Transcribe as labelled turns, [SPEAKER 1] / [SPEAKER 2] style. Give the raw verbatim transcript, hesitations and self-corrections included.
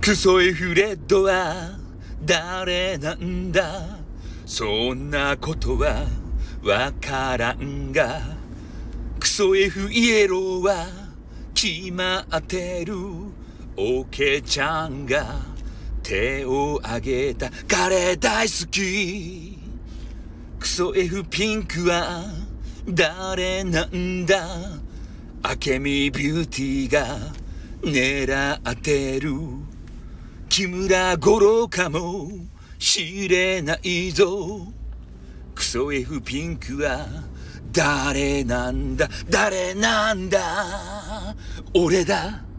[SPEAKER 1] クソ F レッドは誰なんだ、そんなことはわからんが、クソ F イエローは決まってる。オケちゃんが手を挙げた、彼大好き。クソ F ピンクは誰なんだ、アケミビューティーが狙ってる。木村五郎かもしれないぞ。クソ F ピンクは誰なんだ、誰なんだ、俺だ。